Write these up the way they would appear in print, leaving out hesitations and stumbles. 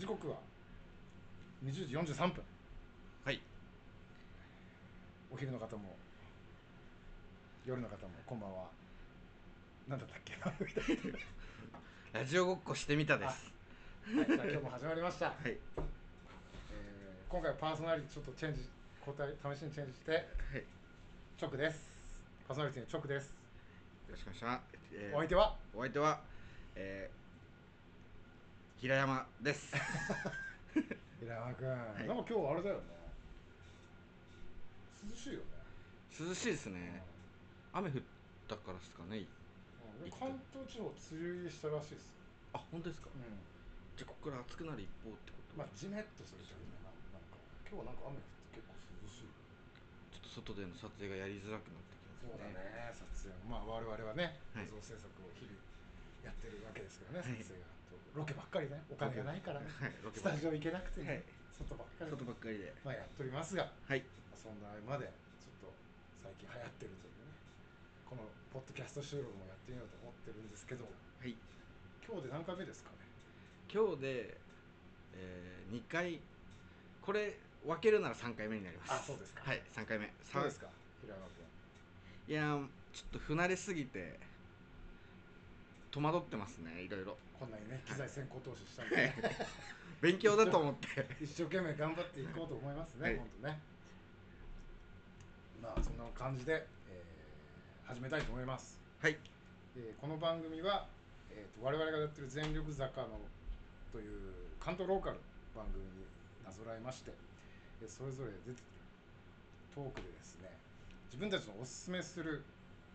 時刻は20時43分。 はい。 お昼の方も夜の方もこんばんは。何だったっけラジオごっこしてみたであ、 す。 はい、じゃあ今日も始まりました、 はい。 今回はパーソナリティちょっとチェンジ、交代試しにチェンジしてはい。よチョクです。パーソナリティのチョクです。 ろしくお願いします。 お相手はお相手は、平山です。 平山くん、 いなんか今日あれだよね、涼しいよね。 涼しいですね。雨降ったからですかね。 関東地方梅雨入りしたらしいです。 あ、本当ですか。 うん、 じゃあここから暑くなる一方ってこと。 まあジメッとするけどね。なんか今日はなんか雨降って結構涼しい。 ちょっと外での撮影がやりづらくなってきますそうだね。 ね、撮影もまあ我々はね、 はい映像制作を日々やってるわけですけどね、 はい。 撮影がロケばっかりね、お金がないからね、 はい。ロケスばっかタジオ行けなくてね、 り。はい。 外ばっかり外ばっかりで。 まあやっておりますが、 はい。 そんなまでちょっと最近流行ってるというね、このポッドキャスト収録もやってみようと思ってるんですけど、 はい。 今日で何回目ですかね。 今日で、2回。これ分けるなら3回目になります。 あ、そうですか。 はい、3回目。 そうですか、平山いやちょっと不慣れすぎて戸惑ってますね、いろいろ。 君、こんなにね、機材先行投資したんでね、 勉強だと思って一生懸命頑張っていこうと思いますね、 はい、 本当ね。まあそんな感じで、始めたいと思います。 はい、 この番組は、我々がやってる全力坂のという関東ローカル番組になぞらえまして、それぞれ出てるトークでですね、自分たちのおすすめする、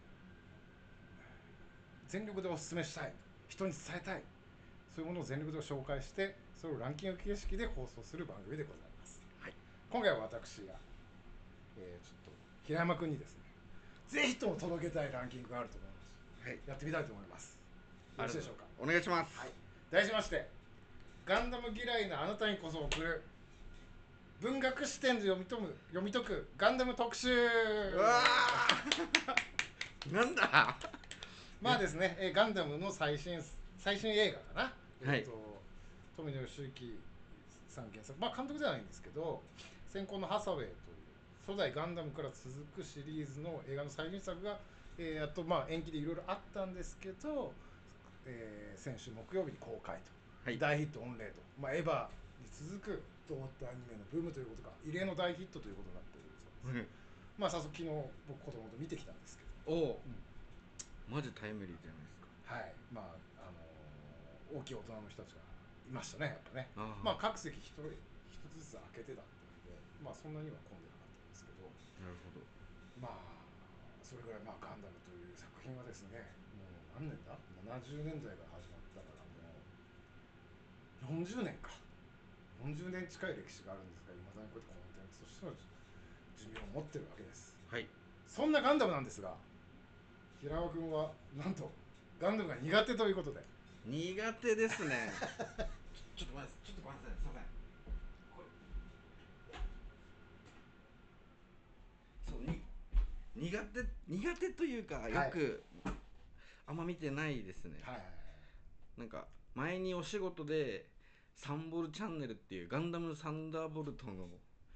全力でおすすめしたい、人に伝えたい、そういうものを全力で紹介して、それをランキング形式で放送する番組でございます。 はい、 今回は私が、ちょっと平山君にですね、ぜひとも届けたいランキングがあると思います。 はい、 やってみたいと思います。よろしいでしょうか。 お願いします。 はい。題しまして、ガンダム嫌いなあなたにこそ送る文学視点で読み解くガンダム特集。 うわーなんだまあですね、ガンダムの最新映画かな。 はい、 富野義行さん原作、まあ監督ではないんですけど、先行のハサウェイという初代ガンダムから続くシリーズの映画の最新作が、やっとまあ延期でいろいろあったんですけど、先週木曜日に公開と、 はい、 大ヒット御礼と、まあ、エヴァに続くロボットアニメのブームということが異例の大ヒットということになっているそうです。まあ早速昨日僕子供と見てきたんですけど、 おお、マジタイムリーじゃないですか。 はい、まあ大きい大人の人たちがいましたね、やっぱね。 あまあ各席一つずつ開けてたんで、まあそんなには混んでなかったんですけど、 なるほど。 まあそれぐらいまあガンダムという作品はですね、もう何年だ、70年代が始まったからもう40年か、40年近い歴史があるんですが、いまだにこうやってコンテンツとしての寿命を持ってるわけです。 はい。 そんなガンダムなんですが、平尾君はなんとガンダムが苦手ということで。 苦手ですね。ちょっとごめんなさい、ちょっとごめんなさい、すいません。これそうに苦手というか、よくあんま見てないですね。 はいはいはい。 なんか前にお仕事でサンボルチャンネルっていうガンダムサンダーボルトの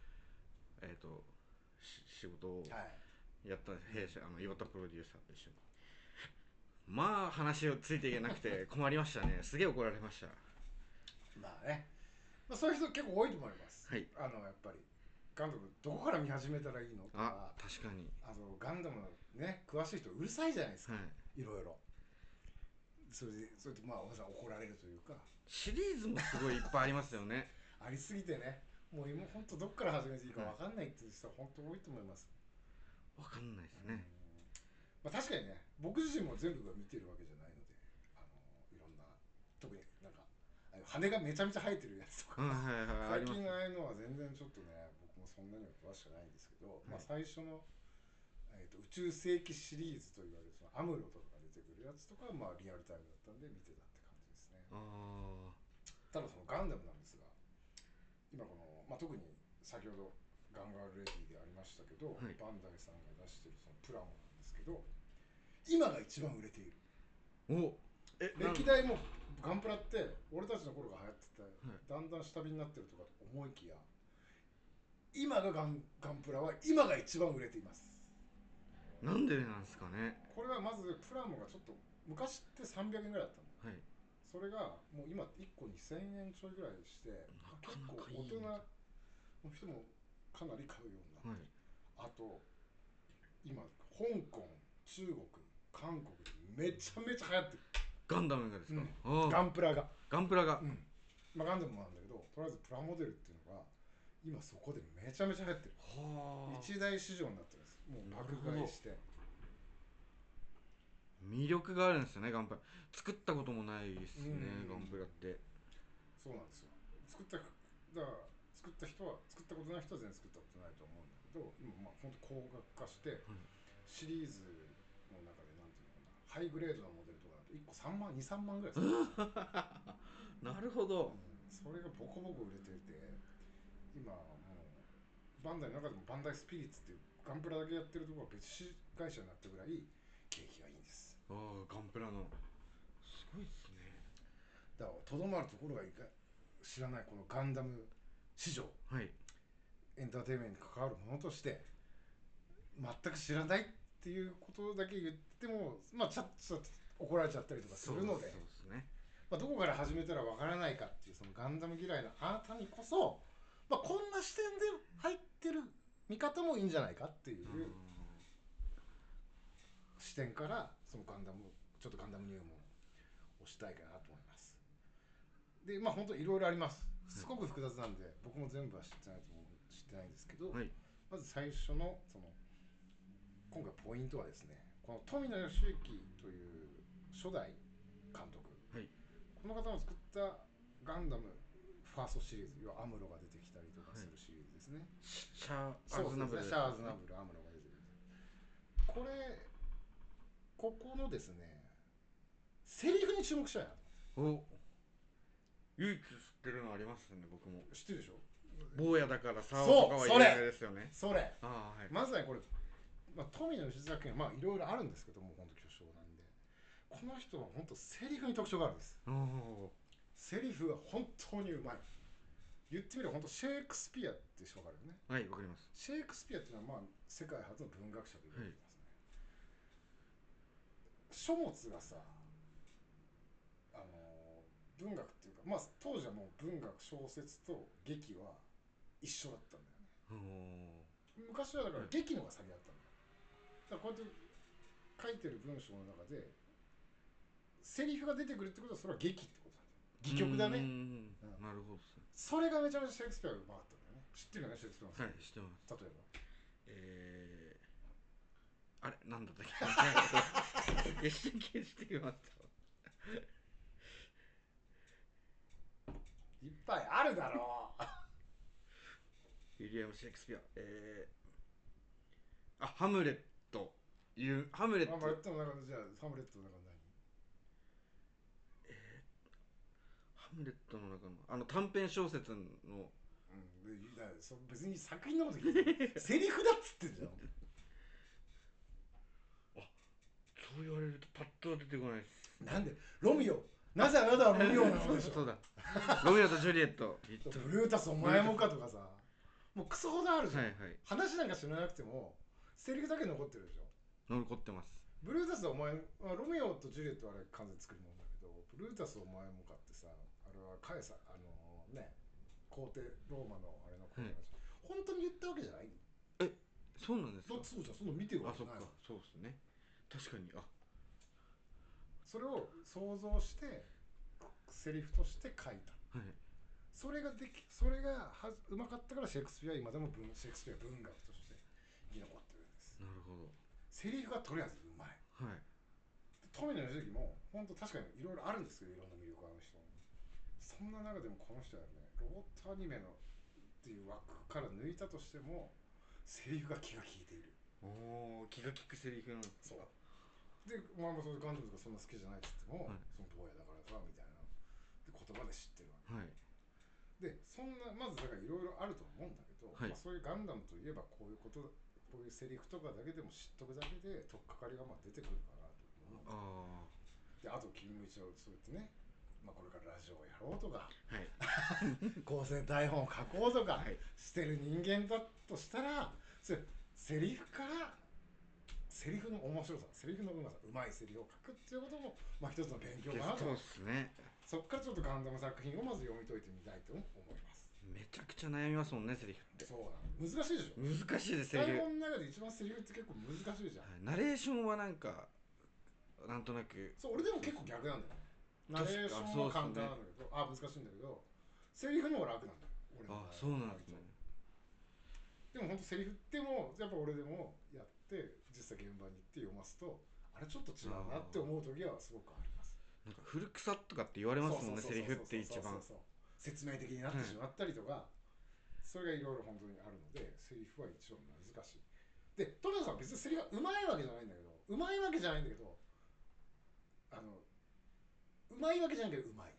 仕事をやった弊社、岩田プロデューサーと一緒に、まあ話をついていけなくて困りましたね。すげえ怒られました。 まあね、まあ、そういう人結構多いと思います。 はい。 やっぱりガンダムどこから見始めたらいいのとあ、 か、 確かに。 ガンダムのね詳しい人うるさいじゃないですか、 はい。 いろいろ。それでまあおさん怒られるというか、 シリーズもすごいいっぱいありますよね。 ありすぎてね、もう今本当どっから始めていいか分かんないっていう人は本当多いと思います。 わかんないですね。 まあ確かにね、僕自身も全部が見てるわけじゃないので、いろんな、特になんか羽がめちゃめちゃ生えてるやつとか、 はいはいはい、あります。 最近ああいうのは全然ちょっとね、僕もそんなには詳しくないんですけど、まあ最初の、宇宙世紀シリーズと言われるそのアムロとかが出てくるやつとかはまあリアルタイムだったんで見てたって感じですね。 あただそのガンダムなんですが、今この、まあ、特に先ほどガンガールレディでありましたけど、 あ、はい。 バンダイさんが出してるそのプラモなんですけど、今が一番売れている。 お、 歴代もガンプラって俺たちの頃が流行ってて、 はい、 だんだん下火になってるとかと思いきや、今がガンプラは今が一番売れています。 なんでなんですかね。 これはまずプラモがちょっと昔って300円ぐらいだったんだ、 はい、 それがもう今1個2000円ちょいぐらいして、結構大人の人もかなり買うようになって、はい、あと今香港、中国、韓国でめちゃめちゃ流行ってる。 ガンダムがですか、 ガンプラが、まあ、ガンダムもなんだけど、とりあえずプラモデルっていうのが今そこでめちゃめちゃ流行ってる。一大市場になってるんです。もう爆買いして。 魅力があるんですよね、ガンプラ。作ったこともないですね、ガンプラって。 そうなんですよ。作った人は、作ったことない人は全然作ったことないと思うんだけど、今まあ本当高額化して、シリーズの中でなんていうのかな、ハイグレードのモデルとかだと1個3万、2、3万ぐらいするんですよ。 なるほど、 それがボコボコ売れてて、今もうバンダイの中でもバンダイスピリッツっていうガンプラだけやってるところが別会社になったぐらい景気がいいんです。 ガンプラのすごいですね。 だからとどまるところが知らないこのガンダム市場、 はい、 エンターテインメントに関わるものとして全く知らないっていうことだけ言っても、まあちょっと怒られちゃったりとかするので、 そうですね、 まあ、どこから始めたらわからないかっていうそのガンダム嫌いのあなたにこそ、まあ、こんな視点で入ってる見方もいいんじゃないかっていう視点からそのガンダムちょっとガンダム入門をしたいかなと思います。でまあ本当いろいろあります。すごく複雑なんで、僕も全部は知ってないんですけど、 はい、 まず最初の今回ポイントはですね、この富野義行という初代監督、 はい、 この方の作ったガンダムファーストシリーズ、要はアムロが出てきたりとかするシリーズですね。 シャーズナブル、 アムロが出てくる。ここのですね、セリフに注目したいなと。 唯一知ってるのありますね、僕も。 知ってるでしょ。 坊やだからさとかは有名ですよね。 それ、はい、まずはこれ、まあ、富野義行作品はまあいろいろあるんですけども、本当巨匠なんで、この人は本当セリフに特徴があるんです。セリフが本当にうまい。言ってみれば本当シェイクスピアって人があるよね。 はい、わかります。 シェイクスピアっていうのはまあ世界初の文学者と言われていますね。書物がさ、文学っていうか、まあ当時はもう文学小説と劇は一緒だったんだよね。昔はだから劇のが先だったんだよ。だからこうやって書いてる文章の中でセリフが出てくるってことはそれは劇ってことなんだよ。戯曲だね。 なるほど。 それがめちゃめちゃシェイクスピアがうまかったんだよね。知ってるよね、シェイクスピアの。 はい、知ってます。 例えばあれなんだったっけ。一瞬消してきました。 いっぱいあるだろう。 ウィリアム・シェイクスピア。ハムレット。ハムレット。 ハムレットの中で、じゃあハムレットの中でハムレットの中の短編小説の、 別に作品のこと聞いてセリフだっつってんじゃん。 そう言われるとパッと出てこないです。 なんでロミオ、なぜあなたはロミオなのでしょう。 そうだ、ロミオとジュリエット。 ブルータスお前もかとかさ、もうクソほどあるじゃん、 はいはい、 話なんか知らなくてもセリフだけ残ってるでしょ。 残ってます。 ブルータスお前、ロミオとジュリエットはあれ完全に作り物だけど、ブルータスお前もかってさ、あれはカエサ皇帝ローマのあれの皇帝が、本当に言ったわけじゃない。 そうなんですか。 そうじゃん、その見てるわけない。 そうですね、確かに。 それを想像してセリフとして書いた、はい、それがうまかったからシェイクスピアは今でもシェイクスピア文学として生き残ってるんです。 なるほど。 セリフがとりあえずうまい。はい。富野義行も本当確かにいろいろあるんですけど、いろんな魅力ある人。そんな中でもこの人はね、ロボットアニメのっていう枠から抜いたとしてもセリフが気が利いている。 気が利くセリフなんですか。 で、まあそういうガンダムとかそんな好きじゃないっつっても、はい、その坊やだからさみたいなで言葉で知ってるわけ、はい、でそんなまずだからいろいろあると思うんだけど、はい、まあ、そういうガンダムといえばこういうこと、こういうセリフとかだけでも知っとくだけで取っかかりがまあ出てくるかなと思う。であと君も一応そうやってね、 まあ、これからラジオをやろうとか、 はい、 構成台本を書こうとか、 はい、 してる人間だとしたら、それセリフからセリフの面白さ、セリフのうまさ、うまいセリフを書くっていうことも、まあ、一つの勉強かなと。 そうですね。 そこからちょっとガンダム作品をまず読み解いてみたいと思います。 めちゃくちゃ悩みますもんね、セリフって。 そうなの、難しいでしょ。 難しいです、セリフ。 台本の中で一番セリフって結構難しいじゃん、 はい、ナレーションはなんかなんとなく。 そう、俺でも結構逆なんだよね。ナレーションは簡単なんだけど、難しいんだけど、セリフの方が楽なんだよ、俺の場合。 そうなんですね。 でも本当セリフってもやっぱ俺でもやって実際現場に行って読ますと、あれちょっと違うなって思う時はすごくあります。 なんか古臭とかって言われますもんね、セリフって一番説明的になってしまったりとか、それがいろいろ本当にあるので、セリフは一番難しい。で、富田さん別にセリフがうまいわけじゃないんだけど、うまいわけじゃないんだけど、うまいわけじゃないけどうまい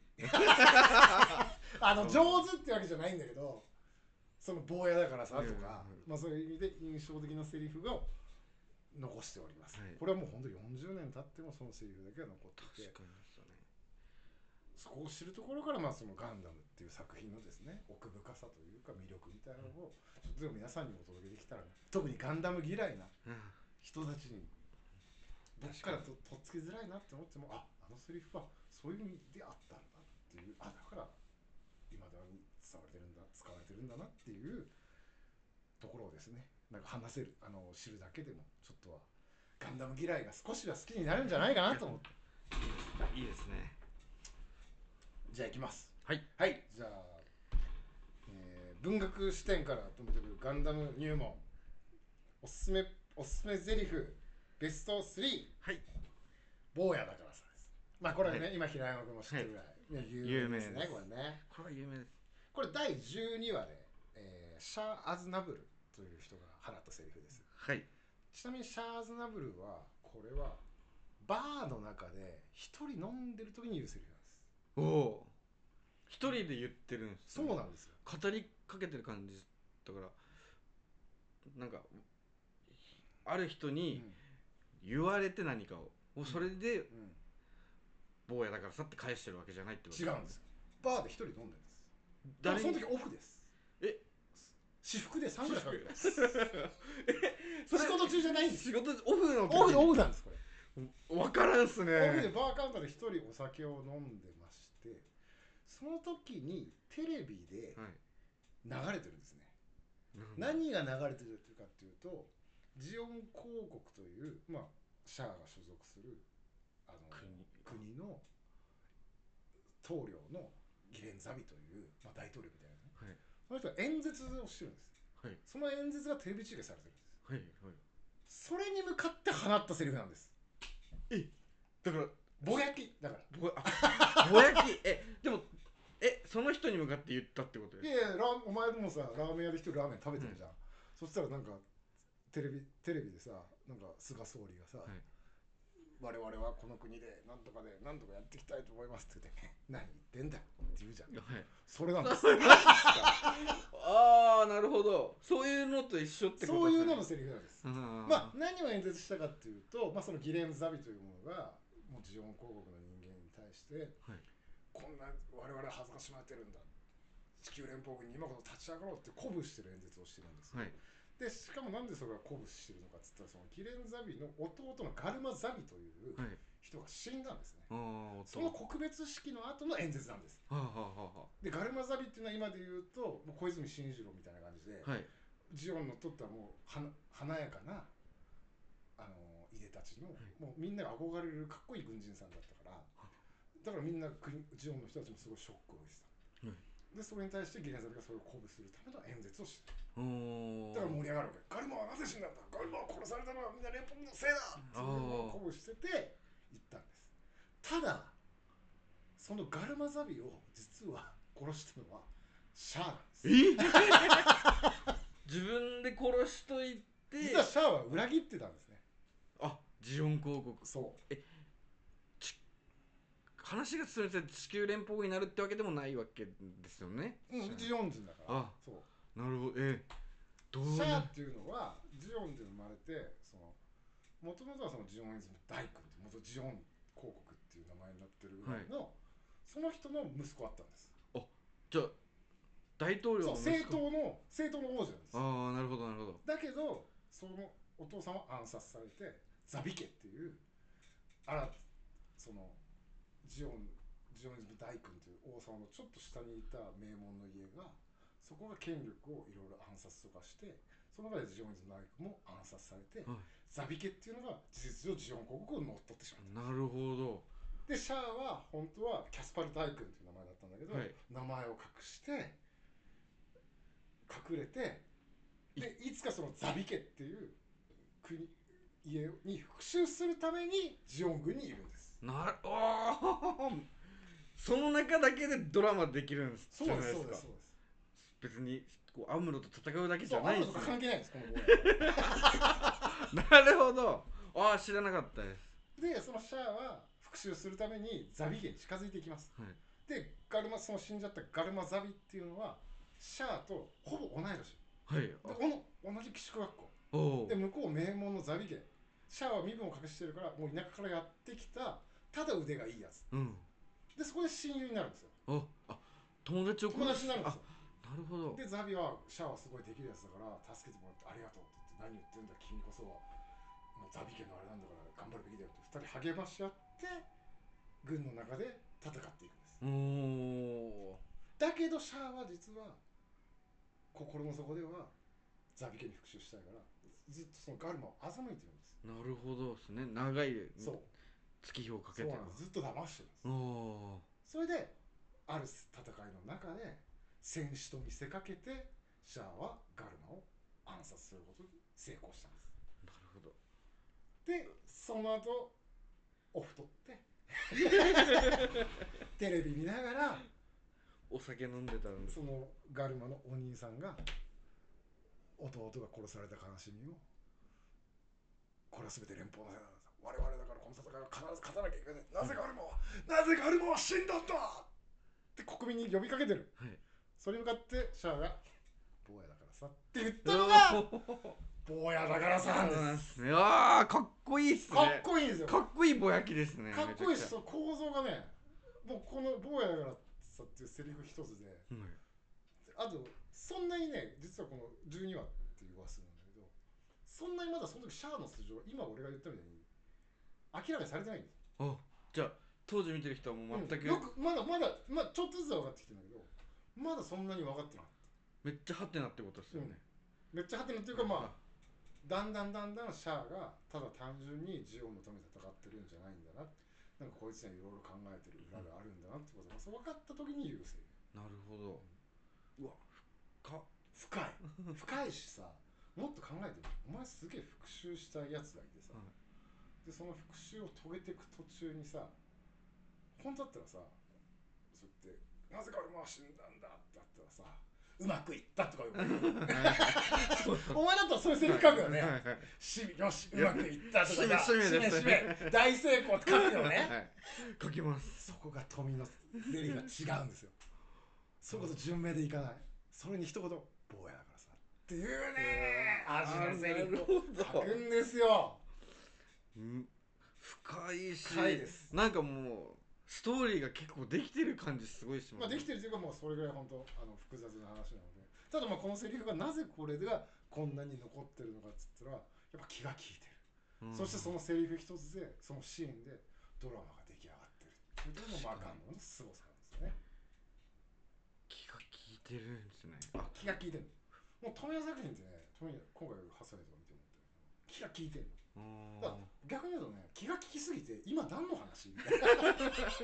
上手ってわけじゃないんだけど、その坊やだからさとか、まあそういう意味で印象的なセリフが残しております、はい、これはもう本当に40年経ってもそのセリフだけが残っていて、 確かにそうね、 そこを知るところからまあそのガンダムっていう作品のですね、奥深さというか魅力みたいなのをちょっとでも皆さんにお届けできたらな、特にガンダム嫌いな人たちにどっからとっつきづらいなって思っても、あのセリフはそういう意味であったんだっていう、だから今だに使われてるんだなっていうところをですね、なんか話せる、知るだけでもちょっとはガンダム嫌いが少しは好きになるんじゃないかなと思って。 いいですね。 じゃあいきます。 はい、 はい、じゃあ、文学視点から止めてくるガンダム入門、おすすめゼリフベスト3。 はい、 坊やだからさです。まあこれね、 はい、 今平山君も知ってるぐらい、有名ですね、これね。 これは有名です。 これ第12話で、シャー・アズナブルという人が放ったセリフです。 はい。 ちなみにシャー・アズナブルはこれはバーの中で一人飲んでる時に言うセリフなんです。 おお、一人で言ってるんです、 ね、そうなんですよ。 語りかけてる感じだから、なんかある人に言われて何かを、それで坊やだからさって返してるわけじゃないってこと。 違うんです。バーで一人飲んでるんです。誰その時オフです。私服でサングラスかけてます。仕事中じゃないんです。 仕事オフのオフなんです。これ分からんっすね。 オフでバーカウンターで一人お酒を飲んでまして、その時にテレビで流れてるんですね、何が流れてるかっていうと、ジオン公国という、まあ、シャアが所属する国の統領のギレン・ザビという、まあ、大統領みたいなね、その人が演説をしてるんです、その演説がテレビ中継されてるんです、それに向かって放ったセリフなんです。 だからぼやきだからぼやきでもその人に向かって言ったってことです。 いやいや、お前もさ、ラーメン屋で一人ラーメン食べてるじゃん、そしたらなんかテレビでさ、なんか菅総理がさ、我々はこの国でなんとかやっていきたいと思いますって言って何言ってんだって言うじゃん、それなんです。 ああ、なるほど、そういうのと一緒ってことですね。 そういうののセリフなんです。まあ何を演説したかっていうと、まあそのギレン・ザビというものがもうジオン公国の人間に対して、こんな我々は恥ずかしまってるんだ、地球連邦軍に今こそ立ち上がろうって鼓舞してる演説をしてるんです、でしかもなんでそれが鼓舞してるのかって言ったら、そのギレン・ザビの弟のガルマ・ザビという人が死んだんですね、その告別式の後の演説なんです、でガルマ・ザビっていうのは今で言うともう小泉進次郎みたいな感じで、ジオンのとったもう華やかないでたちの、もうみんなが憧れるかっこいい軍人さんだったから、だからみんなジオンの人たちもすごいショックを受けてた、でそれに対してギレン・ザビがそれを鼓舞するための演説をしてだから盛り上がるわけ。ガルマはなぜ死んだんだ、ガルマを殺されたのはみんな連邦のせいだっていうのを鼓舞してて言ったんです。ただそのガルマ・ザビを実は殺したのはシャアなんです。 自分で殺しといて、 実はシャアは裏切ってたんですね。 ジオン公国。 そう。 話が進めて地球連邦になるってわけでもないわけですよね。 ジオン人だから。そう。 なるほど。 シャアっていうのはジオンで生まれて、もともとはそのジオンイズム大君って元ジオン公国っていう名前になってるぐらいの、 その人の息子だったんです。 あ、じゃあ大統領のそう、 息子。 政党の王子なんです。 ああ、なるほどなるほど。 だけどそのお父さんは暗殺されて、ザビ家っていうそのジオンジオンズ大君という王様のちょっと下にいた名門の家が、そこが権力をいろいろ暗殺とかして、その中でジオンズ大君も暗殺されて、 はザビ家っていうのが事実上ジオン国を乗っ取ってしまった。 い、なるほど。 でシャアは本当はキャスパル大君という名前だったんだけど、 はい、 名前を隠して隠れて、でいつかそのザビ家っていう家に復讐するためにジオン軍にいるんです。 おーその中だけでドラマできるんですじゃないですか。 そうですそうです。 別にこうアムロと戦うだけじそう、 ゃないですアムロとか関係ないですこのなるほど。ああ、知らなかったです。 でそのシャアは復讐するためにザビ家に近づいていきます。 はい、 でその死んじゃったガルマザビっていうのはシャアとほぼ同い年はい、 で、同じ寄宿学校おで、向こう名門のザビ家。シャアは身分を隠してるから、もう田舎からやってきたただ腕がいいやつ、 うん、 でそこで親友になるんですよ。 あ、友達を友達になるんですよ。 なるほど。 でザビはシャアはすごいできるやつだから助けてもらってありがとうって言って、何言ってんだ君こそはもうザビ家のあれなんだから頑張るべきだよって2人励まし合って軍の中で戦っていくんです。 おだけどシャアは実は心の底ではザビ家に復讐したいからずっとそのガルマを欺いてるんです。 なるほどですね。長いそう月日をかけてそうなんです。ずっと騙してるんです。 おそれである戦いの中で戦士と見せかけてシャアはガルマを暗殺することに成功したんです。 なるほど。 でその後オフ取ってテレビ見ながらお酒飲んでたんです。 そのガルマのお兄さんが弟が殺された悲しみを、これは全て連邦のせいなんだ、我々だからこの戦いは必ず勝たなきゃいけない、なぜガルマは、なぜガルマは死んだんだって国民に呼びかけてる、 はい、 それに向かってシャアが坊やだからさって言ったのが坊やだからさなんです。 いやーかっこいいっすね。 かっこいいんですよ。 かっこいいぼやきですね。 かっこいいし、その構造がね、もうこの坊やだからさっていうセリフ一つで、 はい、 あとそんなにね、実はこの12話っていう話数なんだけど、そんなにまだその時シャアの素性、今俺が言ったみたいに明らかにされてないんです。 あ、じゃあ当時見てる人はもう全く、 よくまだちょっとずつは分かってきてるんだけど、まだそんなに分かってなかった。 めっちゃハテナってことですよね。 めっちゃハテナっていうか、まあだんだんシャアがただ単純にジオンのために戦ってるんじゃないんだな、なんかこいつにはいろいろ考えてる裏があるんだなってことがそう分かった時に言うセリフ。 なるほど。うわ、 深いしさ、もっと考えてみる。お前すげえ復讐したいやつがいてさ、はい、でその復讐を遂げていく途中にさ、本当だったらさ、そうやってなぜか俺も死んだんだってあったらさ、うまくいったとか言うお前だったらそういうセリフ書くよね。よし、うまくいったとか、しめ大成功って書くよね、はい、 書きます。 そこが富のセリフが違うんですよ。そういうこと順命でいかない。それに一言、坊やだからさっていうね、味のセリフを書くんですよ。 深いし、 深いです。 なんかもうストーリーが結構できてる感じすごいします、ね。 まあできてるというか、もうそれぐらい本当複雑な話なので。ただまあこのセリフがなぜこれがこんなに残ってるのかっつったら、やっぱ気が利いてる、そしてそのセリフ一つで、そのシーンでドラマが出来上がってるっていうのもマカンのすごさなんですよね。 気が利いてるんですね。 気が利いてる。もう富谷作品ってね、今回ハサウェイとか見ても気が利いてるの。だから逆に言うとね、気が利きすぎて今何の話みたいな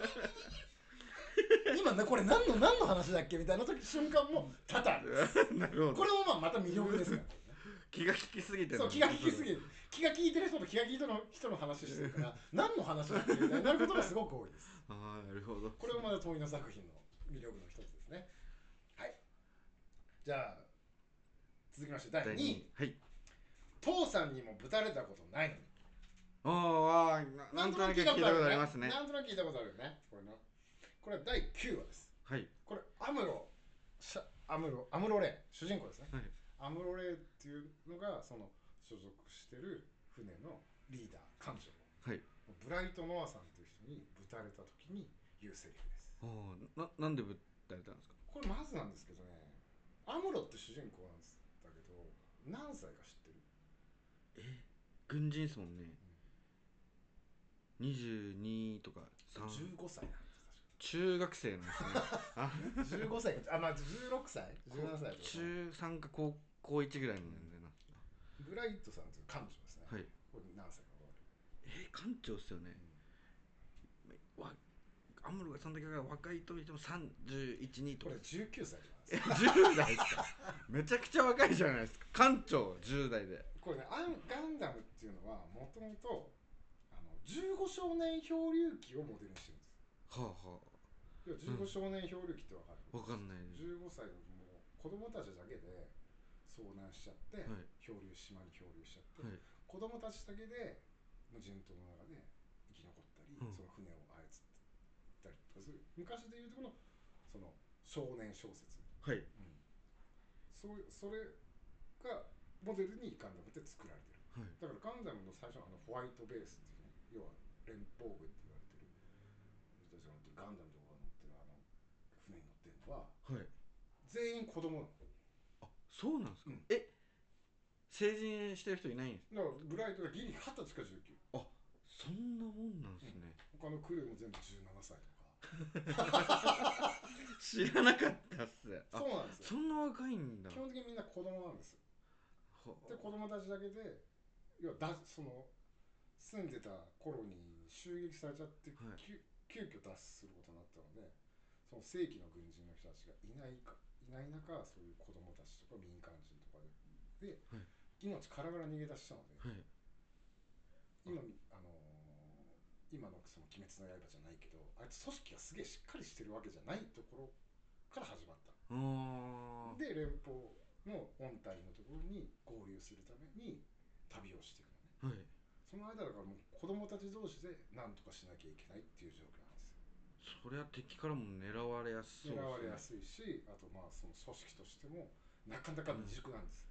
今ねこれ何の話だっけみたいな瞬間も多々あるなるほど。これもまた魅力ですから、ね、 気が利きすぎてる。 そう気が利きすぎる。気が利いてる人と気が利いてる人の話してるから何の話だっけみたいになることがすごく多いです。 ああ、なるほど。 これもまた富野作品の魅力の一つですね。はい。じゃあ続きまして第2位。はい。父さんにもぶたれたことないのに。 ああ、なんとなく聞いたことありますね。 なんとなく聞いたことあるよね。これは第9話です。 はい。 これアムロレイ主人公ですね。はい、アムロレイっていうのがその所属してる船のリーダー艦長。はい。ブライトノアさんという人にぶたれた時に言うセリフです。 なんでぶったれたんですか？ これまずなんですけどね、アムロって主人公なんですだけど、何歳か知ってる？ 軍人ですもんね。22とか3。 15歳なんです。 中学生なんですね。あ、 15歳か、あ、まあ16歳17歳とか。 中3か高校1ぐらいなんだよな。 ブライトさんという館長ですね。 はい。 これ何歳か分かる？ 館長っすよね。アムロがその時から若いと言っても31、2とか。 これ19歳なんです。 10代ですか？めちゃくちゃ若いじゃないですか。館長10代で。 これね、ガンダムっていうのはもともと15少年漂流記をモデルにしてるんです。 はあはあ。 15少年漂流記って分かる？ わかんないです。 15歳のもう子供たちだけで遭難しちゃって、 はい、 島に漂流しちゃって、 はい、 子供たちだけで無人島の中で生き残ったり、その船を操ったりとかする、昔でいうとこのその少年小説、 はい、 それがモデルにガンダムって作られてる、 はい、 だからガンダムの最初のホワイトベースっていう、要は連邦軍って言われてる人たちが乗ってるガンダムとかが乗ってる船に乗ってるのは、 はい、 全員子供なの。 あ、そうなんですか？成人してる人いないんですだからブライトがギリ20歳か19。 あ、そんなもんなんですね。 他のクルーも全部17歳とか。 知らなかったっす。 そうなんですよ。 そんな若いんだ。 基本的にみんな子供なんですよ。で子供たちだけで、要はその住んでた頃に襲撃されちゃって、はい、急遽脱出することになったので、その正規の軍人の人たちがいない中、そういう子供たちとか民間人とかで、はい、命からがら逃げ出したので、はい、今のその鬼滅の刃じゃないけど、あいつ組織がすげえしっかりしてるわけじゃないところから始まった。で連邦の本体のところに合流するために旅をしていくのね、はい、その間だからもう子供たち同士で何とかしなきゃいけないっていう状況なんですよ。 それは敵からも狙われやすそうですね。 狙われやすいし、あとまあその組織としてもなかなか未熟なんです。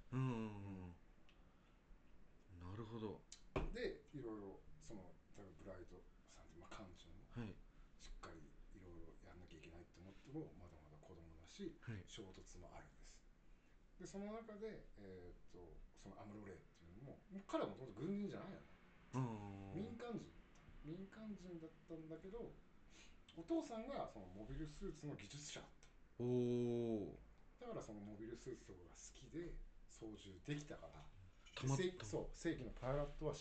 なるほど。 でいろいろそのブライトさんって、館長もしっかりいろいろやんなきゃいけないと思ってもまだまだ子供だし、はい、衝突もあるんです。でその中で、そのアムロレイっていうのも彼はもともと軍人じゃないのね。民間人だったんだけど、お父さんがそのモビルスーツの技術者だった。だからそのモビルスーツとかが好きで操縦できたから、そう正規のパイロットは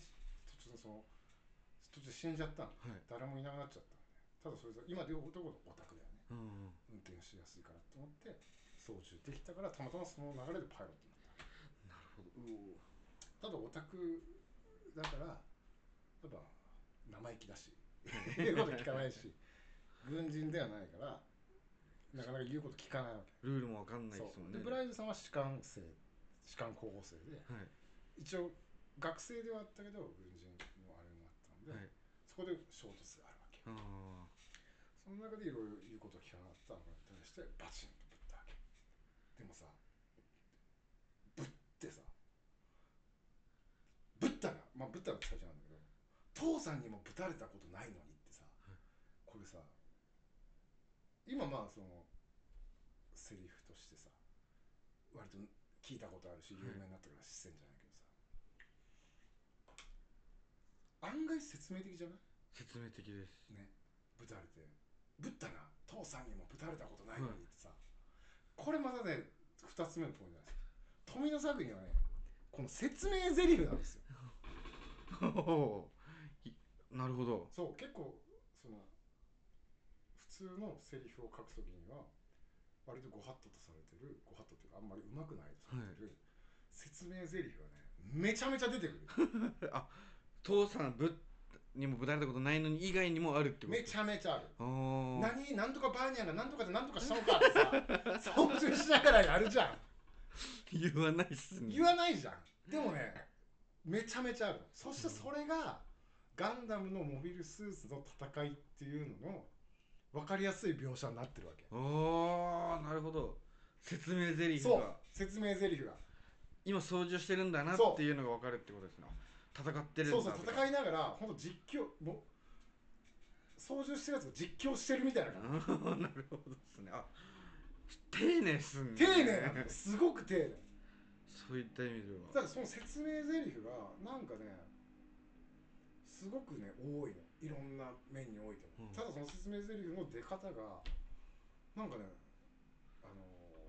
途中で死んじゃったの、はい、誰もいなくなっちゃったんで、ただそれ今でいうところオタクだよね、運転しやすいからと思って操縦できたから、たまたまその流れでパイロットになった。なるほど。ただオタクだからやっぱ生意気だし言うこと聞かないし軍人ではないからなかなか言うこと聞かないわけ。 ルールも分かんないですもんね。 でブライトさんは士官候補生で、はい、一応学生ではあったけど軍人のあれもあったので、はい、そこで衝突があるわけ。その中でいろいろ言うことを聞かなかったのに対してバチンとぶったわけ。でもさ、ぶってさ、ぶったらまあぶったら最初なんだけど、父さんにもぶたれたことないのにってさ、これさ、今まあそのセリフとしてさ割と聞いたことあるし有名になったから知ってんじゃないけどさ、案外説明的じゃない？ 説明的ですね。ぶたれて、ぶったな、父さんにもぶたれたことないのにってさ、これまたね2つ目のポイントなんですよ。富野作品はね、この説明台詞なんですよ。 なるほど。 そう、結構その普通のセリフを書くときには割とご法度とされてる、ご法度っていうかあんまりうまくないとされてる、はい、説明台詞がねめちゃめちゃ出てくる。 あ、父さんにもぶたれたことないのに以外にもあるってこと？ めちゃめちゃある。なんとかバーニャンがなんとかでなんとかしたのかってさ操縦しながらやるじゃん。 言わないっすね。 言わないじゃん。でもねめちゃめちゃある。そしてそれがガンダムのモビルスーツの戦いっていうのの分かりやすい描写になってるわけ。 なるほど。説明台詞が。 そう、説明台詞が今操縦してるんだなっていうのが分かるってことですね。戦ってるんだ。 そう戦いながら本当実況も操縦してるやつが実況してるみたいな感じ。 なるほどですね。あ、丁寧っすね。 丁寧なんだよ、すごく丁寧。 そういった意味では。 ただその説明台詞がなんかねすごくね多いの、いろんな面においても、ただその説明台詞の出方がなんかねあの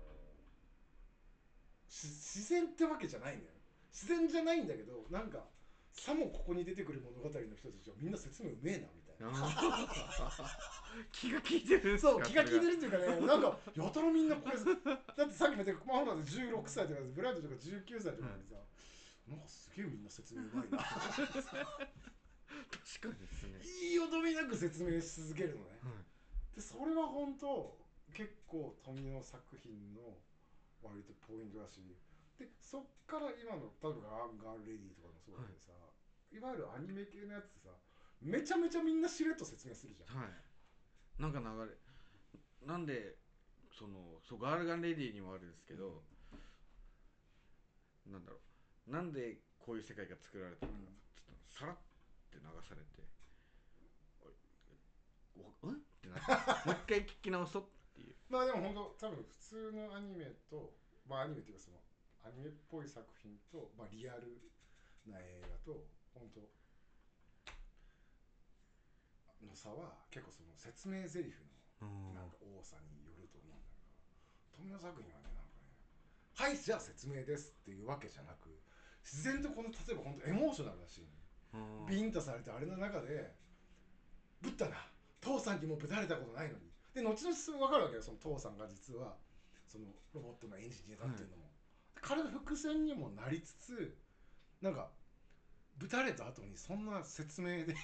自然ってわけじゃないんだよ。自然じゃないんだけど、なんかさもここに出てくる物語の人たちはみんな説明うめえなみたいな。 気が利いてるんですか。 そう、気が利いてるっていうかね、なんかやたらみんなこれだってさっきも言ったマホラーで16歳とかブライトとか19歳とかでさ、なんかすげえみんな説明うまいな。 確かにですね。 いいよどみなく説明し続けるのね、でそれは本当結構富野作品の割とポイントだし、でそっから今の例えばガールレディとかもそうだけどさ、いわゆるアニメ系のやつさめちゃめちゃみんなしれっと説明するじゃん。 なんか流れなんでそうガールガンレディにもあるんですけど、なんだろう、なんでこういう世界が作られたのか、さらって流されて、うんってなってもう一回聞き直そうっていう。 まあでも本当多分普通のアニメと、まあアニメっていうかそのアニメっぽい作品と、まあ、リアルな映画と本当の差は結構その説明台詞のなんか多さによると思うんだけど、富野作品はねなんかね、はいじゃあ説明ですっていうわけじゃなく、自然とこの例えば本当エモーショナルだし、ビンタされてあれの中でぶったな父さんにもぶたれたことないのに、で後々分かるわけよ、その父さんが実はそのロボットのエンジニアだっていうのも、彼の伏線にもなりつつ、なんかぶたれた後にそんな説明で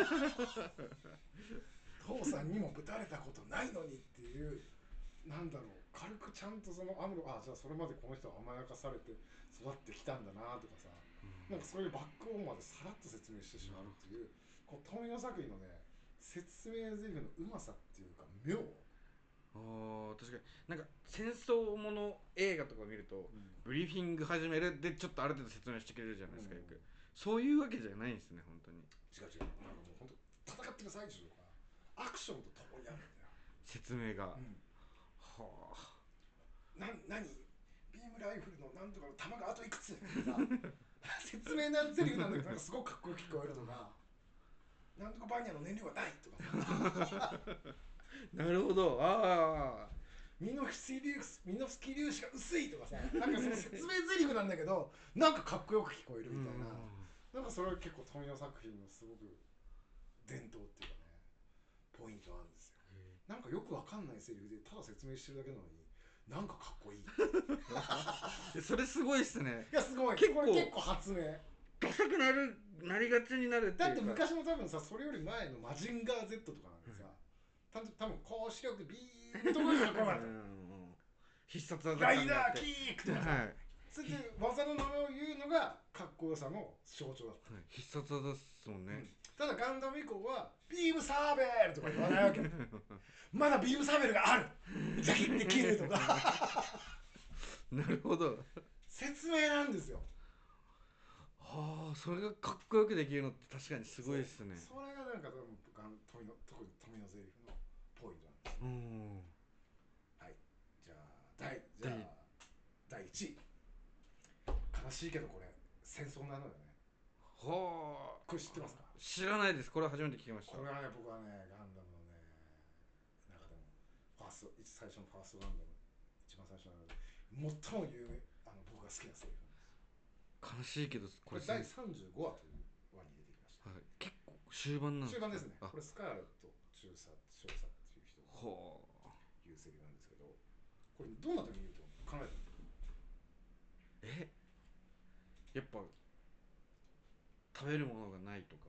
父さんにもぶたれたことないのにっていう、なんだろう、軽くちゃんとそのアムロ、あじゃあそれまでこの人は甘やかされて育ってきたんだなとかさ、なんかそういうバックボーンまでさらっと説明してしまうっていう、こう富野作品のね説明台詞のうまさっていうか妙。 確かになんか戦争もの映画とか見ると、ブリーフィング始めるでちょっとある程度説明してくれるじゃないですか、よく。そういうわけじゃないんですね本当に。 違う違う、なんかもう本当戦ってる最中とかアクションとともにあるんだよ説明が、はあ何ビームライフルのなんとかの弾があといくつ説明なんセリフなんだけどなんかすごくかっこよく聞こえるとか、なんとかバニャの燃料がないとかなるほど、 ミノフスキー粒子が薄いとかさ、なんかその説明台詞なんだけどなんかかっこよく聞こえるみたいな、なんかそれは結構富野作品のすごく伝統っていうかねポイントなんですよ。なんかよくわかんないセリフでただ説明してるだけなのになんかかっこいいそれすごいっすね。 いやすごい、これ結構発明ダサくなりがちになるっていうか。 だって昔も多分さ、それより前のマジンガー Z とかなんでさ、多分高視力ビーンとかがかっこよかった必殺技ライダーキークとかさ、 はい、 それで技の名前を言うのがかっこよさの象徴だった、 必殺技っすもんね、 ただガンダム以降はビームサーベルとか言わないわけまだビームサーベルがあるジャキって切るとかなるほど、 説明なんですよ。 それがかっこよくできるのって確かにすごいですね。 それがなんか特に富野ゼリフのポイントなんです。はい、じゃあ第1位、悲しいけどこれ戦争なのよね。これ知ってますか？ 知らないです。これは初めて聞きました。 これはね、僕はねガンダムのね中でも最初のファーストガンダム一番最初の最も有名僕が好きなセリフなんです。 悲しいけどこれ第35話という話に出てきました、 結構終盤なんですか？ 終盤ですね。これスカーレット少佐っていう人が言うセリフなんですけど、これどんな時に言うと考えてやっぱ食べるものがないとか、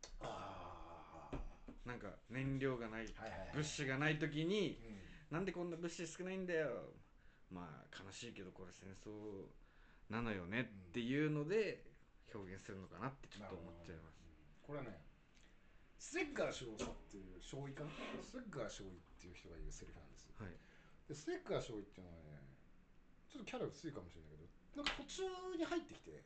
なんか燃料がない、物資がない時に、なんでこんな物資少ないんだよ、まあ悲しいけどこれ戦争なのよねっていうので表現するのかなってちょっと思っちゃいます。 これはね、スレッガー少佐っていう少尉かな、スレッガー少尉っていう人が言うセリフなんです。でスレッガー少尉っていうのはね、ちょっとキャラ薄いかもしれないけど、なんか途中に入ってきて、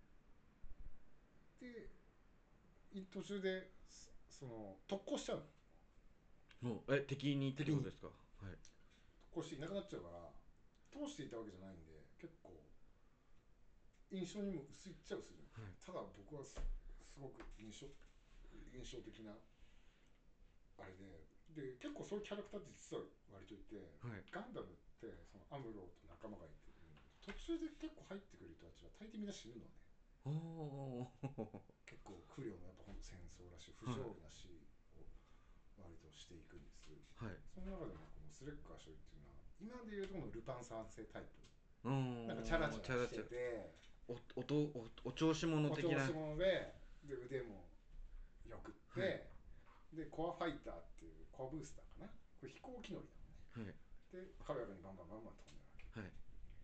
で途中でその特攻しちゃうの。 もう敵にってことですか？はい。 こうしていなくなっちゃうから通していたわけじゃないんで結構印象にも薄いっちゃ薄い、 はい、 ただ僕はすごく印象的なあれで結構そういうキャラクターって実は割といて、 はい、 ガンダムってそのアムロと仲間がいて途中で結構入ってくる人たちは大抵みんな死ぬのね。 おお結構苦慮のやっぱ戦争らしい不条理な死を割としていくんです。 はい、 その中でもこのスレッカー少尉っていうのは今でいうとこのルパン三世タイプ、 うなんかチャラチャラしてチャてお調子者お的な。 調子者で腕もよくっはい、 て、でコアファイターっていうコアブースターかな、これ飛行機乗りなのね。 はい、 で軽やかにバンバンバンバン飛んでるわけ、 はい、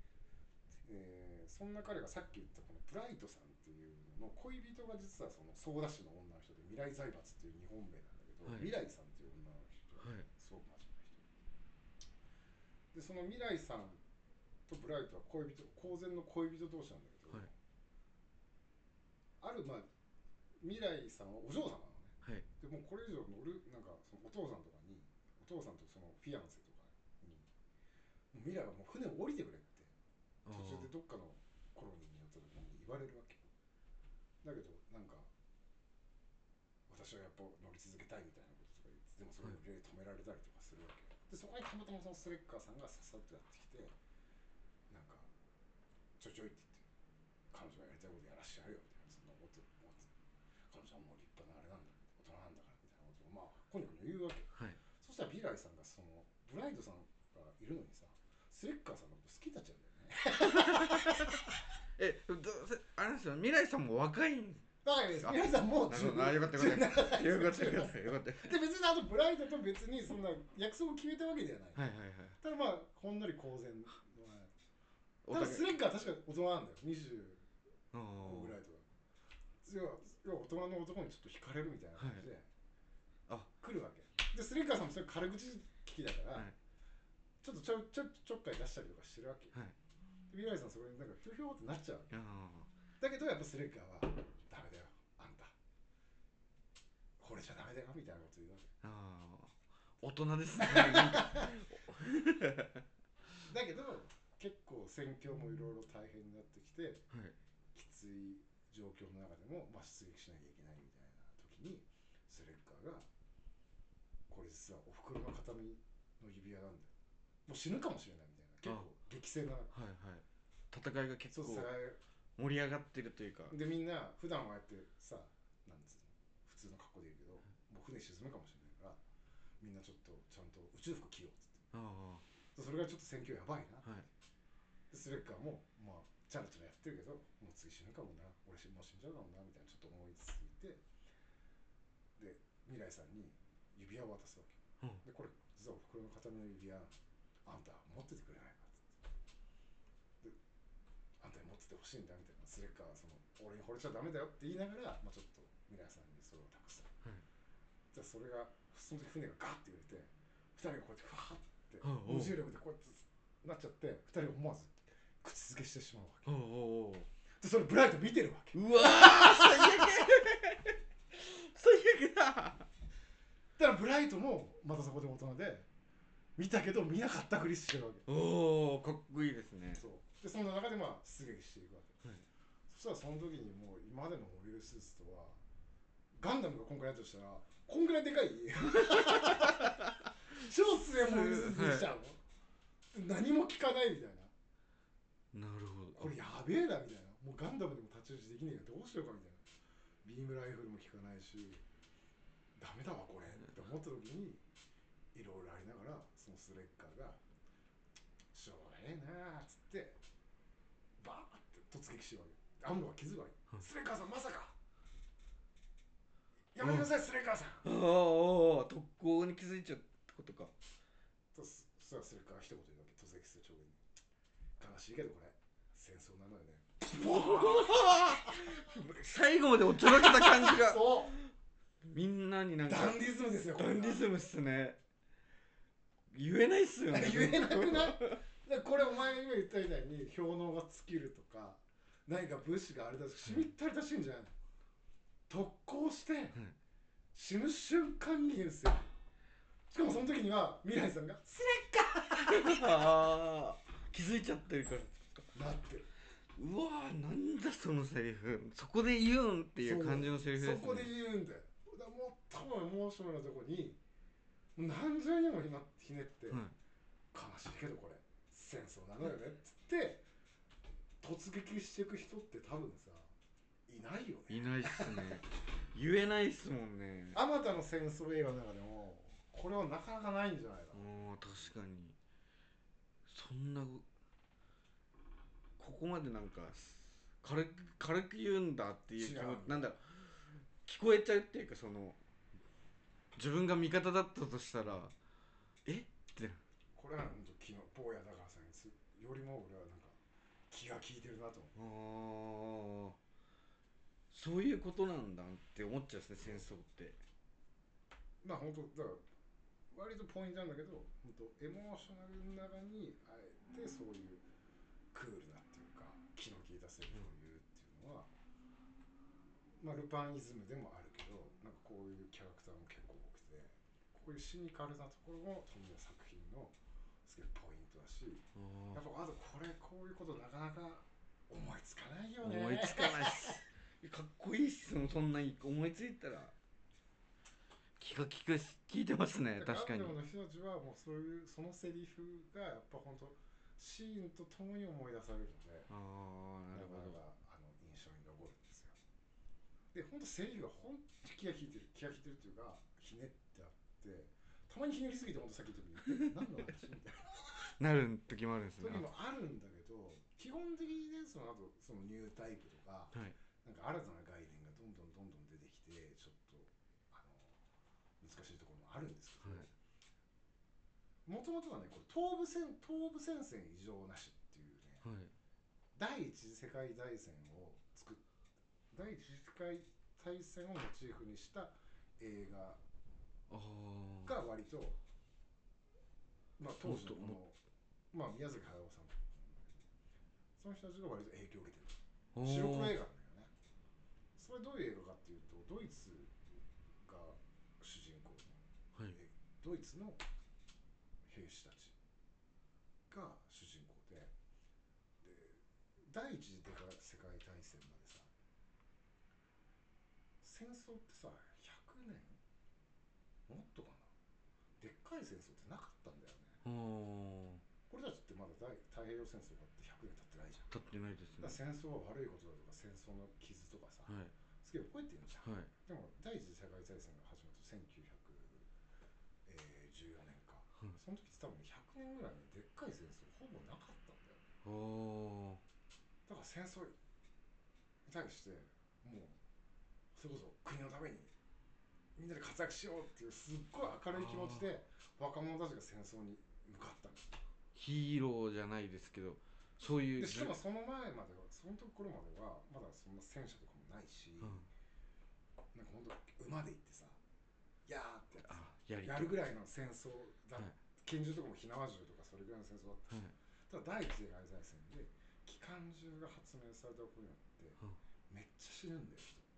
そんな彼がさっき言ったこのブライトさんっていうのの恋人が実はそのソーダ市の女の人で未来財閥っていう日本名なんだけど、 はい、 未来さんっていう女の人はい、 すごく真面目な人で、その未来さんとブライトは公然の恋人同士なんだけど、 はい、 ある未来さんはお嬢様なのね。 はい、 でもうこれ以上乗るなんかそのお父さんとかにお父さんとそのフィアンセとかにもう未来はもう船を降りてくれってあ途中であ、 どっかのコロニーに寄った時に言われるわけだけど、なんか私はやっぱ乗り続けたいみたいなこととか言って、でもそれを止められたりとかするわけで、そこにたまたまそのスレッカーさんがさっさとやってきて、なんかちょいちょいって言って彼女がやりたいことやらしちゃうよみたいな、そんなこと彼女はもう立派なあれなんだ、大人なんだからみたいなことをコニコニ言うわけ。 はい。 そしたらビライさんがそのブライドさんがいるのにさ、スレッカーさんのこと好きになっちゃうんだよね。 あれですよ、未来さんも若いんだからです、皆さんもうなるほど、よかったよかった。よかったよかったよかった。 で別にあのブライドと別にそんな約束を決めたわけではない。 はいはいはい。 ただほんのり公然の。 お互い。 ただスレッカーは確か大人なんだよ。25 あぐらいとか。要は大人の男にちょっと惹かれるみたいな感じで来るわけ。でスレッカーさんもそれ軽口聞きだから、 はいちょっとちょっかい出したりとかしてるわけ。 はい。 で未来さんそれになんかひょひょってなっちゃうわけ。 あだけどやっぱスレッカーはダメだよあんた。これじゃダメだよみたいなこと言うわけ。 あ大人ですね。なんかだけど結構戦況もいろいろ大変になってきて、 はい。 きつい状況の中でも、出撃しなきゃいけないみたいな時にスレッカーがこれ実はおふくろの形見の指輪なんだよ、もう死ぬかもしれないみたいな結構激戦な、 はいはい。戦いが結構そう盛り上がってるというか。 でみんな普段はやってさ、なんつうの普通の格好でいるけどもう船沈むかもしれないからみんなちょっとちゃんと宇宙服着ようっつって、 あそれがちょっと戦況やばいな、 はい。 スレッカーもチャラチャラやってるけどもう次死ぬかもな、俺もう死んじゃうかもなみたいなちょっと思いついて、で未来さんに指輪を渡すわけ、 うんでこれ実はおふくろの形見の指輪あんた持っててくれないかっつって、であんたに持っててほしいんだみたいな、スレッカーはその俺に惚れちゃダメだよって言いながら、ちょっと未来さんにそれを託す、 はい。 じゃあそれがその時船がガッて揺れて2人がこうやってファーってお無重力でこうやってなっちゃって2人が思わず口づけしてしまうわけおで、それブライト見てるわけ。 うわー最悪最悪だ。 だからブライトもまたそこで大人で見たけど見なかったふりしてるわけ。 おおかっこいいですね。 そうでその中で出撃していくわけ、 はい。 そしたらその時にもう今までのモビルスーツとはガンダムがこんくらいだとしたらこんくらいでかい超強いモビルスーツできちゃうの、はい、何も効かないみたいな、 なるほど。 これやべえなみたいな、もうガンダムでも太刀打ちできねえよどうしようかみたいな、ビームライフルも効かないしダメだわこれって思った時にいろいろありながらそのスレッカーがしょうがねえなーっつってバーって突撃しようわけ。アムロは気づくわけ、スレッカーさんまさかやめてくださいスレッカーさん。 ああ特攻に気づいちゃうってことか。 そしたらスレッカーが一言言うわけ、突撃する直後に、悲しいけどこれ戦争なのよね。 最後までおちょろけた感じがそうみんなになんかダンディズムですよ、 ダンディズムっすね。言えないっすよね。 言えなくないこれお前が今言ったみたいに氷嚢が尽きるとか何か物資があれだとしみったりとしいんじゃないの、特攻して死ぬ瞬間に言うんですよ。 しかもその時には未来さんがスああ気づいちゃってるからレッなってる。 うわーなんだそのセリフそこで言うんっていう感じのセリフですね。 そこで言うんだよ。だから最もエモーショナルなとこにもう何重にもひねって、 はい悲しいけどこれ戦争なのよねっつって突撃していく人って多分さいないよね。 いないっすね言えないっすもんね。 あまたの戦争映画の中でもこれはなかなかないんじゃないかな。 あ確かにそんなここまでなんか軽く言うんだっていう気持ちなんだろう聞こえちゃうっていうかその自分が味方だったとしたらえってこれは本当昨日坊やだからさんよりも俺はなんか気が利いてるなと思う。 ああそういうことなんだって思っちゃうんですね戦争って。 まあ本当だから割とポイントなんだけど本当エモーショナルの中にあえてそういうクールなっていうか気の利いたセリフを言うっていうのは、まあルパンイズムでもあるけどなんかこういうキャラクターも結構多くてこういうシニカルなところも富野作品のすげえポイントだしやっぱあとこういうことなかなか思いつかないよね。 思いつかないっすかっこいいっすもんそんなに思いついたら気が利いてますね確かに。 ガンダムの人たちはもうそういうそのセリフがやっぱ本当シーンとともに思い出されるのでああなるほど。 印象に残るんですよ。で本当セリフが本当気が利いてるっていうかひねってあってたまにひねりすぎて本当さっき言ったように何の話みたいななる時もあるんですね。 時もあるんだけど基本的にねその後そのニュータイプとか、 はい、 なんか新たな概念がどんどん出てきてちょっと難しいところもあるんですけど、 はいもともとはねこれ東部戦線異常なしっていうね、 はい、 第一次世界大戦を第一次世界大戦をモチーフにした映画が割と、まあ、当時のこの、まあ、宮崎駿さんその人たちが割と影響を受けてる白黒映画なんだよね。それどういう映画かっていうとドイツが主人公の、 はい、 ドイツの兵士たちが主人公で第一次世界大戦までさ戦争ってさ100年もっとかなでっかい戦争ってなかったんだよね。これたちってまだ太平洋戦争があって100年経ってないじゃん。 経ってないですね。 だから戦争は悪いことだとか戦争の傷とかさ、 はい、 すげえ覚えてるじゃん、 はい、 でも第一次世界大戦が始まった1914年か、 はい、 その時って多分100年ぐらいにでっかい戦争ほぼなかったんだよね。だから戦争に対してもうそれこそ国のためにみんなで活躍しようっていうすっごい明るい気持ちで若者たちが戦争に向かったんです。 ヒーローじゃないですけどそういうでしかもその前まではその頃まではまだそんな戦車とかもないし、なんかほんと馬で行ってさやーってやるぐらいの戦争だ、はい、拳銃とかも火縄銃とかそれぐらいの戦争だったし、はい、ただ第一次世界大戦で機関銃が発明されたことによって、めっちゃ死ぬんだよ人。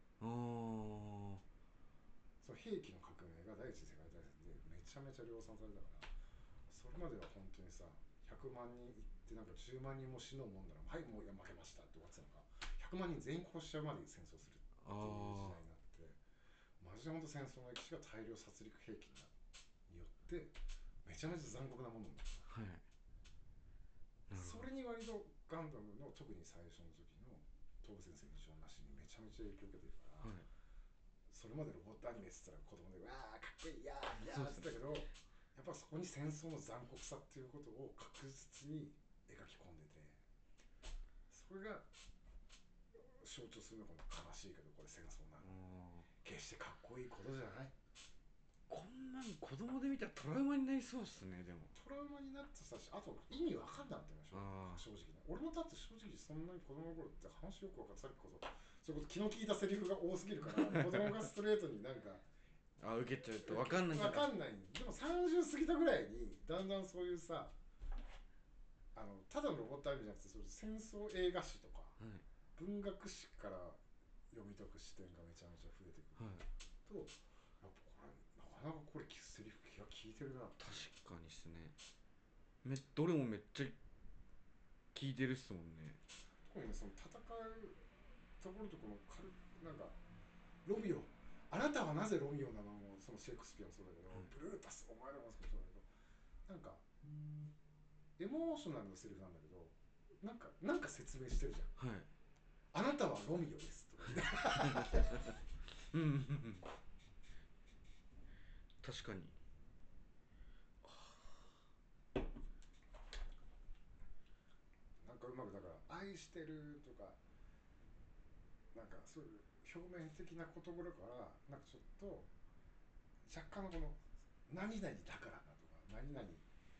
その兵器の革命が第一次世界大戦でめちゃめちゃ量産されたからそれまでは本当にさ100万人いってなんか10万人も死のうもんならはいもう負けましたって終わってたのが100万人全員殺しちゃうまで戦争するっていう時代になってマジで本当戦争の歴史が大量殺戮兵器によってめちゃめちゃ残酷なものになった、はい、それに割とガンダムの特に最初の時の東部戦線異常なしにめちゃめちゃ影響を受けてるから、はい、それまでロボットアニメって言ったら子供でわーかっこいいやーやーって言ったけどやっぱそこに戦争の残酷さっていうことを確実に描き込んでてそれが象徴するのが悲しいけどこれ戦争なの決してかっこいいことじゃない。 こんなん子供で見たらトラウマになりそうっすね。でもトラウマになってたしあと意味わかんなかったよ正直ね。俺もだって正直そんなに子供の頃って話よく分かってさっきこそそういうこと気の利いたセリフが多すぎるから子供がストレートになんか受けちゃうと分かんない。 分かんない。でも30過ぎたぐらいにだんだんそういうさただのロボットアニメじゃなくてそういう戦争映画史とか、はい、文学史から読み解く視点がめちゃめちゃ増えてくる、はい、とやっぱこれなかなかこれセリフ気が利いてるな。 確かにっすね。どれもめっちゃ効いてるっすもんね。 これね、その戦うところとこのなんかロミオ、あなたはなぜロミオなのもそのシェイクスピアもそうだけど、ブルータスお前らもそうだけど、なんかエモーショナルなセリフなんだけど、なんか説明してるじゃん。 はい。 あなたはロミオですとか言ってうんうんうん。確かに。 なんかうまくだから愛してるとかなんかそういう表面的な言葉からなんかちょっと若干のこの何々だからだとか何々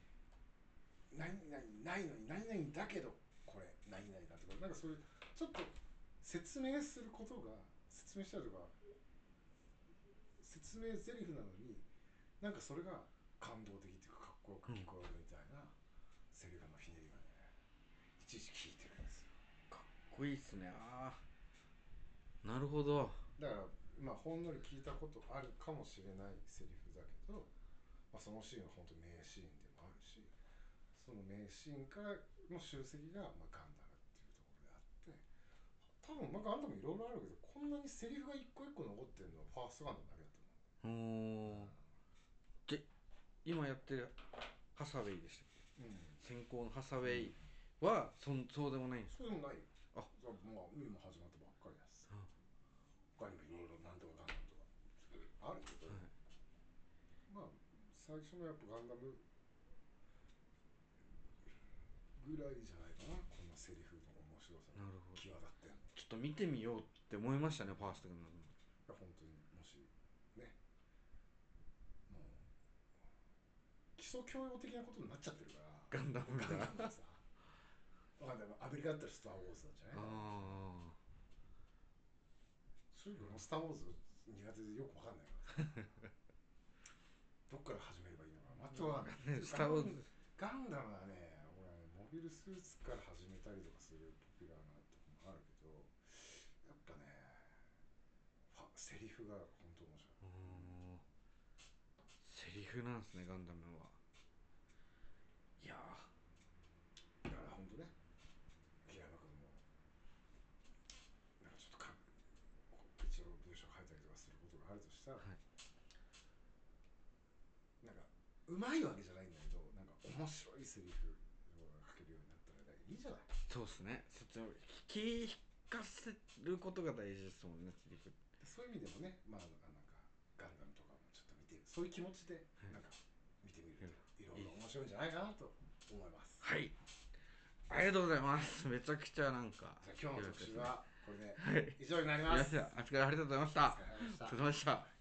ないのに何々だけどこれ何々だとかなんかそういうちょっと説明することが説明したりとか説明台詞なのになんかそれが感動的っていうかかっこよく聞こえるみたいなセリフのひねりがねいちいち聞いてるんですよ。 かっこいいっすね。ああ、なるほど。 だからまあほんのり聞いたことあるかもしれないセリフだけど、まあ、そのシーンは本当に名シーンでもあるしその名シーンからの集積がまあガンダムっていうところであって多分まあガンダムいろいろあるけどこんなにセリフが一個一個残ってるのはファーストガンダムだけだと思う。 おー。で、今やってるハサウェイでしたっけ？ うん、 先行のハサウェイはそうでもないんですか？ そうでもないよ。 あ、 もう今始まったばっかりです。他にもいろいろなんとかガンダムとかあるけど、 はい、 まあ最初のやっぱガンダムぐらいじゃないかなこんなセリフの面白さがなるほど。 際立ってんの。 ちょっと見てみようって思いましたね、ファーストガンダム。 本当にもしねもう基礎教養的なことになっちゃってるからガンダムがガンダムがさわかんないアメリカだったらスター・ウォーズなんじゃないかな。 あ正直スター・ウォーズ苦手でよくわかんないからさどっから始めればいいのか全くわかんない、 スター・ウォーズ。 ガンダムはね俺はねモビルスーツから始めたりとかするポピュラーなとこもあるけどやっぱねセリフが本当面白い。 セリフなんですね、ガンダムは。いやだから本当ね平山君もなんかちょっと一応文章書いたりとかすることがあるとしたら、 はい、なんかうまいわけじゃないんだけどなんか面白いセリフを書けるようになったらいいじゃない。 そうですね。聞かせることが大事ですもんね、セリフ。 そういう意味でもねまあなんかガンダムとかもちょっと見てそういう気持ちでなんか見てみるといろいろ面白いんじゃないかなと思います。 はい、ありがとうございます。めちゃくちゃなんか今日の特集はこれではい、 以上になります。 お疲れありがとうございました。 お疲れ様でした。 お疲れ様でした。